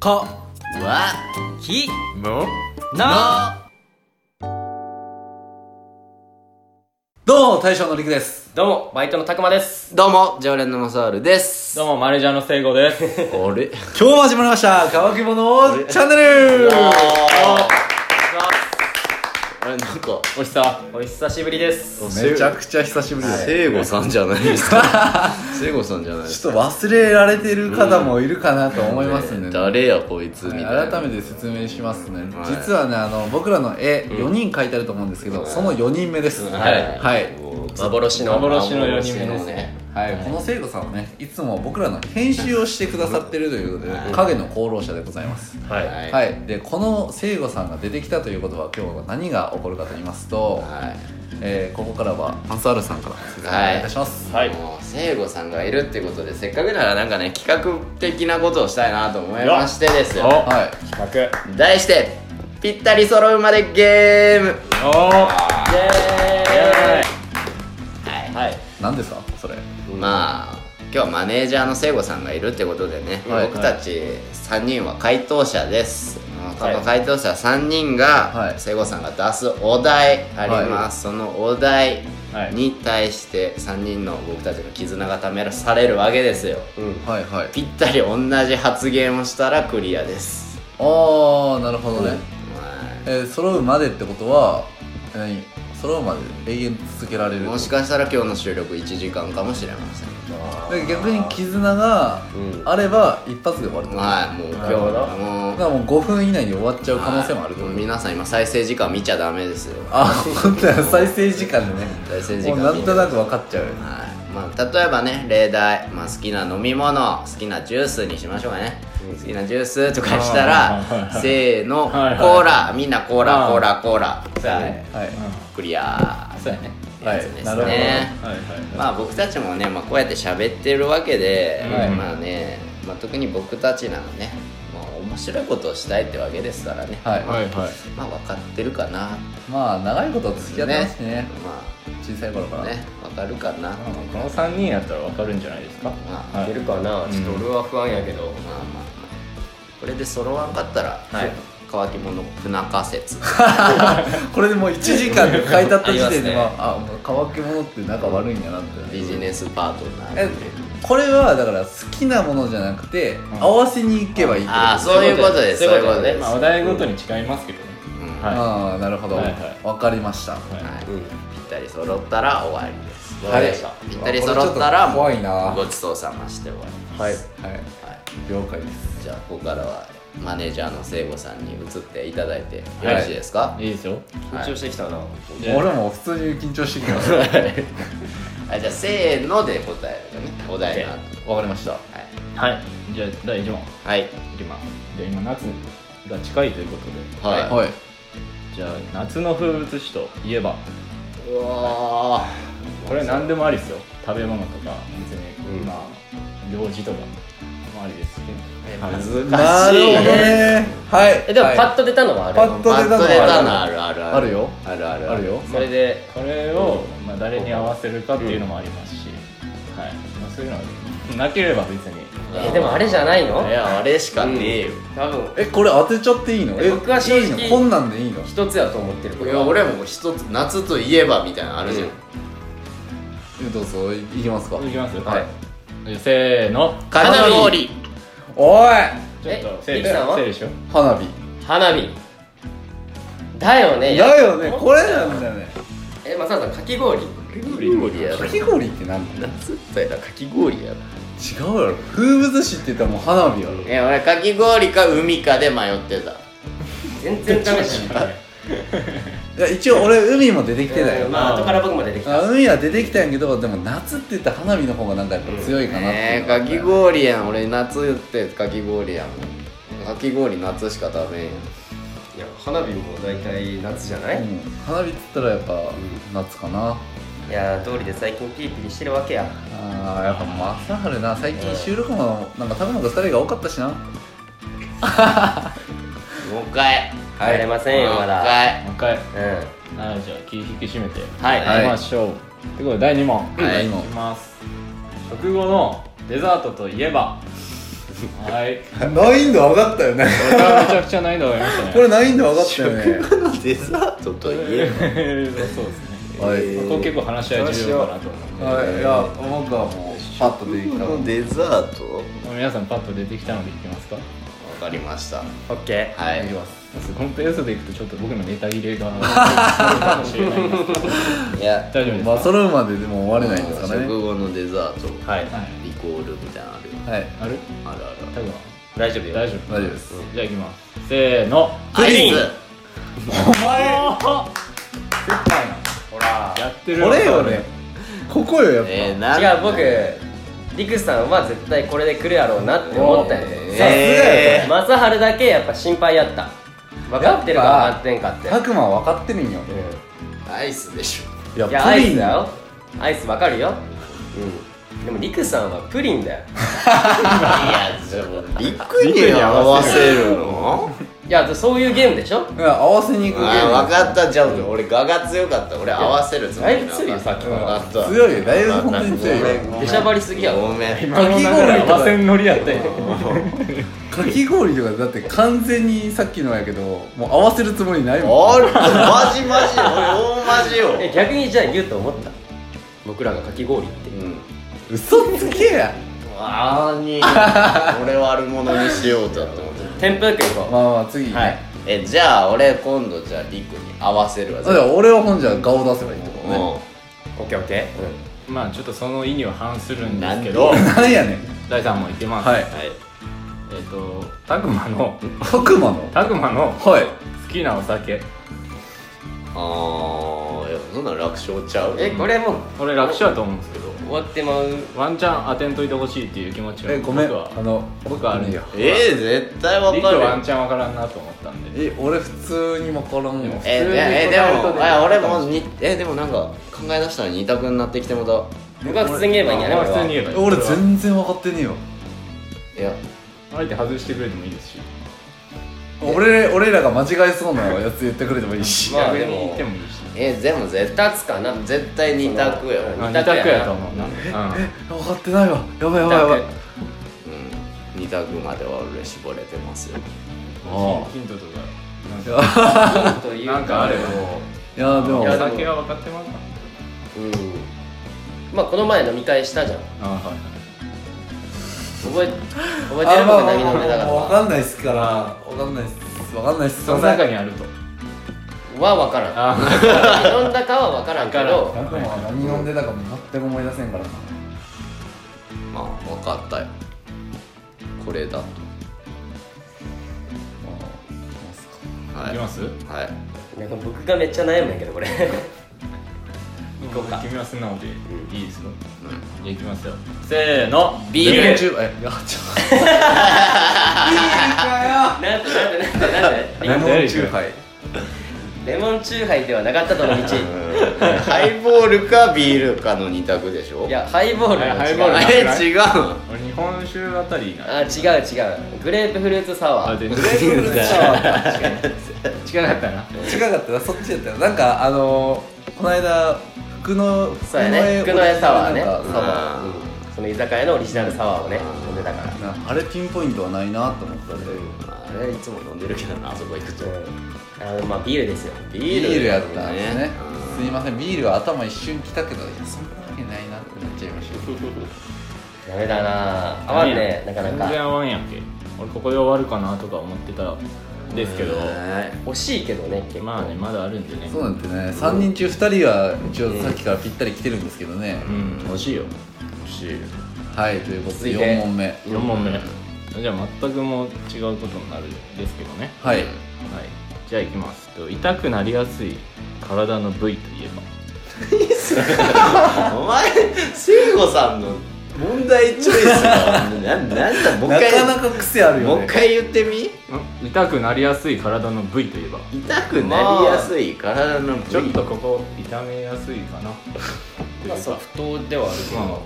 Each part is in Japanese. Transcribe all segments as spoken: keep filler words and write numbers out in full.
かわきもな。どうも大将のりくです。 どうもバイトのたくまです。 どうも常連のマサールです。 どうもマネージャーのせいごです。 あれ今日も始まりました乾き物チャンネル。 あれなんかおひさお久しぶりです。 めちゃくちゃ久しぶりです。 聖子さんじゃないですか。聖子さんじゃないですか。 ちょっと忘れられてる方もいるかなと思いますんでね、 誰やこいつみたいな。 改めて説明しますね、 はい、 実はねあの僕らの絵よにん描いてあると思うんですけど、うん、そのよにんめです、 はい、 はい、 幻の幻のよにんめですね。 はい、この聖子さんはねいつも僕らの編集をしてくださってるということで、はい、影の功労者でございます。 はい、 はい、でこの聖子さんが出てきたということは今日は何が起こるかと言いますと、はい、えー、ここからはマサールさんから説明お願いいたします。 はい、もう聖子さんがいるってことでせっかくならなんかね企画的なことをしたいなと思いましてですよ。 はい、 企画題してぴったり揃うまでゲーム。 おーイエーイ。 はい、 何ですかそれ。 まあ今日はマネージャーの聖子さんがいるってことでね、はい、僕たちさんにんは回答者です、はい、この回答者さんにんが聖子、はい、さんが出すお題あります、はい、そのお題に対してさんにんの僕たちの絆が試されるわけですよ、うん、はいはい、ぴったり同じ発言をしたらクリアです。 ああなるほどね、うん、えー、揃うまでってことは何揃うまで永遠続けられる。 もしかしたら今日の収録いちじかんかもしれません。 で逆に絆があれば一発で終わると、 うん、はい、もう今日だもうだからもうごふん以内に終わっちゃう可能性もあると、 はい、皆さん今再生時間見ちゃダメですよ。 あ、本当だ、再生時間でね再生時間もうなんとなく分かっちゃう、はい、 まあ、例えばね例題、まあ、好きな飲み物好きなジュースにしましょうかね、うん、好きなジュースとかしたらせーのコーラ、みんなコーラコーラコーラ、はいはい、クリア。 そうやねやつですね。まあ僕たちもね、まあ、こうやって喋ってるわけで、はい、まあね、まあ、特に僕たちなのね、まあ、面白いことをしたいってわけですからね、はいはいはい、まあ分かってるかな。 まあ長いこと付き合ってますしね、ね、 まあ、 小さい頃からね分かるかな、まあ、 このさんにんやったら分かるんじゃないですか。 まあ、いけるかな、 うん、ちょっと俺は不安やけど、まあまあまあ、これで揃わんかったら、はい、乾き物不仲説これでもういちじかんで書いてあった時点であ、あ、もう乾き物って仲悪いんやなって。 ビジネスパートナー。 えこれはだから好きなものじゃなくて、うん、合わせに行けばいいってこと。 ああそういうことです。そういうことです。 まあお題ごとに違いますけどね、 うん、はい、ああなるほど、はいはい、分かりました、はいはい、うん、ぴったり揃ったら終わりです。 はい、 ぴったり揃ったら怖いな、 ごちそうさまして終わりです。 はいはい、はい、了解です。 じゃあここからはマネージャーの聖子さんに移っていただいてよろしいですか。 はい、いいですよ。緊張してきたな、はい、 俺も普通に緊張してきたはい、じゃあせーので答えるね、お題の後。 わかりました。はい、 はい、じゃあだいいち問、はい、いきます。で今夏が近いということで、はい、はい、じゃあ夏の風物詩といえば。 うわこれ何でもありですよ。食べ物とか別に、うん、まあ行事とかもありですけど。 難しいね。 はい。 えでもパッと出たのはある。 パッと出たのはあるあるあるよ。 あるあるあるよ。 それでこれをまあ誰に合わせるかっていうのもありますし、はい。まあそういうのはなければ別に。 えでもあれじゃないの？ いやあれしかねえよ。 多分。 えこれ当てちゃっていいの？え僕は正直こんなんでいいの？ 一つやと思ってる。 いや俺も一つ夏といえばみたいなのあるじゃん。 どうぞいきますか。 いきますよ。はい。せーの。 かき氷。 おい。 ちょっとせいさんは花火。 花火だよね。 だよね。これなんだよね。 えまささんかき氷。かき氷やろ。 かき氷って何？ 夏ったらかき氷やろ。 違うやろ。風物詩って言ったらもう花火やろ。 いや俺かき氷か海かで迷ってた。 全然ダメじゃん。 いや一応俺海も出てきてたよ。 まあ後から僕も出てきた。 海は出てきたんやけどでも夏って言ったら花火の方がなんかやっぱ強いかなって。 えかき氷やん。俺夏言ってかき氷やん。かき氷夏しか食べんやん。いや花火も大体夏じゃない？うん、 花火っつったらやっぱ夏かな。 いや通りで最近ピリピリしてるわけや。 ああやっぱ正治な最近収録もなんか多分のふたりが多かったしな。もう一回入れませんよまだ。 もう一回。うん。はいじゃあ気引き締めてはい行きましょう。ということでだいに問はいいきます。食後のデザートといえば。 はい難易度上がったよねこれはめちゃくちゃ難易度上がりましたねこれ難易度上がったよねデザートといえそうですね、 はい、 ここ結構話し合い重要かなと思うんで、 はい、いや僕はもうパッと出てきたのデザート皆さんパッと出てきたのでいきますか。 わかりました。 オッケー。 はい。 いきます。 このペースでいくとちょっと僕のネタ切れがあるかもしれないんですけどいや大丈夫ですか。 まあ揃うまででも終われないんですかね。 食後のデザート、 はい、 リコールみたいなのあるよ。 はい。 あるあるある。 多分大丈夫よ。 大丈夫大丈夫です。 じゃあいきます。せーの。 アイス。 お前ほら。 やってるこれよね。ここよやっぱ。 えー、なん違う、僕リクさんは絶対これで来るやろうなって思ったんよ。 えー、 正治だけやっぱ心配やった。分かってるか分かってんかって。 たくまは分かってるんよ。 アイスでしょ。 いやいやアイスだよ。アイス分かるよ。うん。でもリクさんはプリンだよ。 いや、じゃあリクに合わせるの？ いやそういうゲームでしょ。 いや合わせに行くゲーム。 あ分かった。じゃあ俺我が強かった。俺合わせるつもり。 だいぶ強いよさっきから。 分かった。 強いよ。だいぶ本当に強いよ。 出しゃばりすぎやろ。 ごめん。 今の流れ合わせんノリやったよかき氷とかだって完全にさっきのやけどもう合わせるつもりないもん。 あれマジマジ俺大マジよ。 え逆にじゃあ言うと思った。僕らがかき氷って。 うん。 嘘つけや。 あーに俺悪者にしようとだと思って。 テンポよくいこう。 まあまあ次ね。 はいえじゃあ俺今度じゃあリクに合わせるわ。 あじゃあ俺は本じゃ顔出せばいいってことね。 もオッケーオッケー。 まあちょっとその意には反するんですけどなんやねん。 第三問いきます。 はい。 うはいえっとたくまのたくまの。 たくまのはい。 好きなお酒。 あーいやそんな楽勝ちゃう。 えこれもう俺楽勝だと思うんですけど終わってまう。 ワンチャン当てんといてほしいっていう気持ちはえごめん僕はあの僕はあるんよ。 えー、絶対わリクかるよ。 ワンチャンわからんなと思ったんで。 え俺普通に分からんよ。 え普通にえで答えるともあ俺もにえでもなんか考え出したら二択になってきてもだ。 僕は普通に言えばいいんやねあ俺は。 普通に言えばいい。 俺全然分かってねえよ。 いやあえて外してくれてもいいですし俺俺らが間違えそうなやつ言ってくれてもいいし。 逆まあでもに言ってもいいしえでも絶ふ対たつかな。 絶対二択よ。 あ二二択やな択やと思うな。うん分かってないわ。やばいやばいやばい。 うん二択までは俺絞れてますよ。 あヒントとかあ。 というなんかあればいやでもおいやでも酒は分かってますか。 うん。まあこの前飲み会したじゃん。 あはいはい覚え覚えてる僕何飲んでたかとか分かんないっすから分かんないっす分かんないっす。 その中にあるとは分からん。 あ何飲んだかは分からんけど。 たくまは何飲んでたかも全く思い出せんからな。 まあ分かったよ。これだと。はいきますはいなんか僕がめっちゃ悩むんやけどこれ。行こうか。 君は素直でいいですよ。じゃあいきますよ。せーのビールレモンチューえいやちょなんでなんでなんでなんでレモンチューハイ。 レモンチューハイではなかったとの道。 ハイボールかビールかの二択でしょ。 いやハイボールも違う。 ハイボールあれ違うの。 俺日本酒あたりなあ違う違う。グレープフルーツサワー。 あ全グレープフルーツサワーか。 近かったな。 近かったなそっちやったよ。なんかあのー、この間福のそうやね福の屋サワーねなんかサワーうんその居酒屋のオリジナルサワーをね飲んでたから。 なあれピンポイントはないなと思ったんで。 あれいつも飲んでるけどなあそこ行くと。 あのまあビールですよ。 ビビールやったんですね。 うんすいませんビールは頭一瞬きたけどいやそんなわけないなってなっちゃいました。 ダメだなぁ。合わんねなかな全然か。 合わんやんけ。俺ここで終わるかなとか思ってたんですけど、 惜しいけどね結構。 まあねまだあるんでね。 そうなんてねさんにん中ふたりは一応さっきからぴったり来てるんですけどね。 うん欲しいよ。欲しい。 はいということで続いてよん問目。 よん問目。じゃあ全くもう違うことになるんですけどね。 はい。 はい。じゃあいきます。と痛くなりやすい体の部位といえば。 お前聖子さんの問題チョイスがななんだもうな一回かなか癖あるよね。 もう一回言ってみ。 ん痛くなりやすい体の部位といえば。 痛くなりやすい体の部位。 ちょっとここ痛めやすいかな。 まあソフトではあるけど。 ま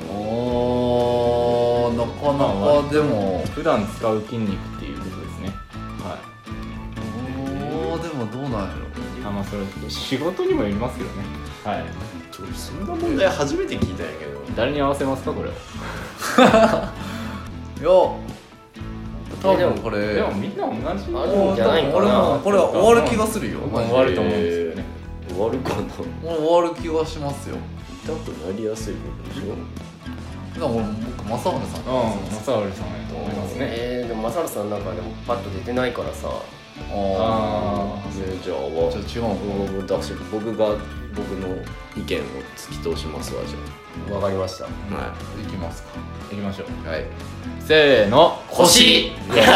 おーなかなかでも普段使う筋肉っていうことですね。はい。 おーでもどうなんやろ。 あまあそれ仕事にもよりますけどね。はい。 俺そんな問題初めて聞いたんやけど。 誰に合わせますかこれを。 いや多分これでもみんな同じあるんじゃないかな。 俺もこれは終わる気がするよ、マジで。 終わると思うんですよね。 終わるかな。 俺終わる気がしますよ。 痛くなりやすいことでしょ。 だから俺僕正治さん。 うん、正治さんやと思いますね。 えー、でも正治さんなんかでもパッと出てないからさ。 ああ、ね、じゃあじゃあ違うのか。 私僕が僕の意見を突き通しますわ。じゃわかりました。 あはいいきますか。 行きましょう。 はいせーの、 星。 あるよ、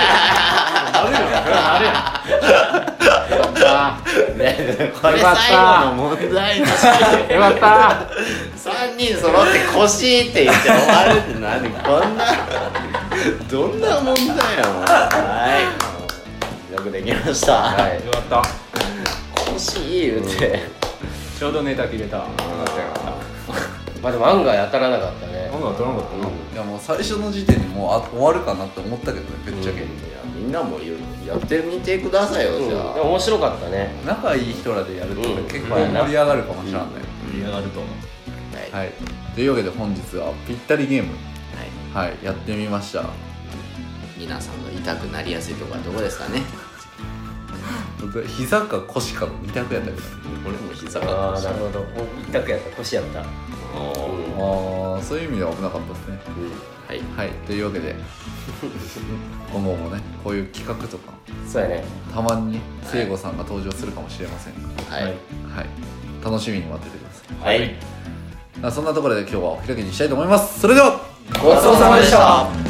あるよ。よかっね、これ最後の問題だし。 た。よかった。 さんにん揃って腰って言って終わるって何こんなどんな問題やもん。はいよくできました。 はい。 よかった。 腰言うて、 ちょうどネタ切れた。よかったよかっまあでも案外当たらなかったね。 た。なんか取らなかったな。 いやもう最初の時点でもうあ終わるかなって思ったけどね、ぶっちゃけ。 いやみんなも言うやってみてくださいよ。 うん、 じゃあでも面白かったね。 仲いい人らでやるとうん結構盛り上がるかもしれない。 盛り上がると思う。 はいはい。というわけで本日はぴったりゲーム、はい、やってみました。 皆さんの痛くなりやすいところはどこですかね。 膝か腰かの二択やったけど。 俺も膝あがあ、なるほど。もう一択やった。腰やった。うんああ、そういう意味では危なかったですね。 はいはい。というわけで今後もねこういう企画とかそうやね。 たまにね聖子さんが登場するかもしれませんが、 はいはい、楽しみに待っててください。 はいそんなところで今日はお開きにしたいと思います。それではごちそうさまでした。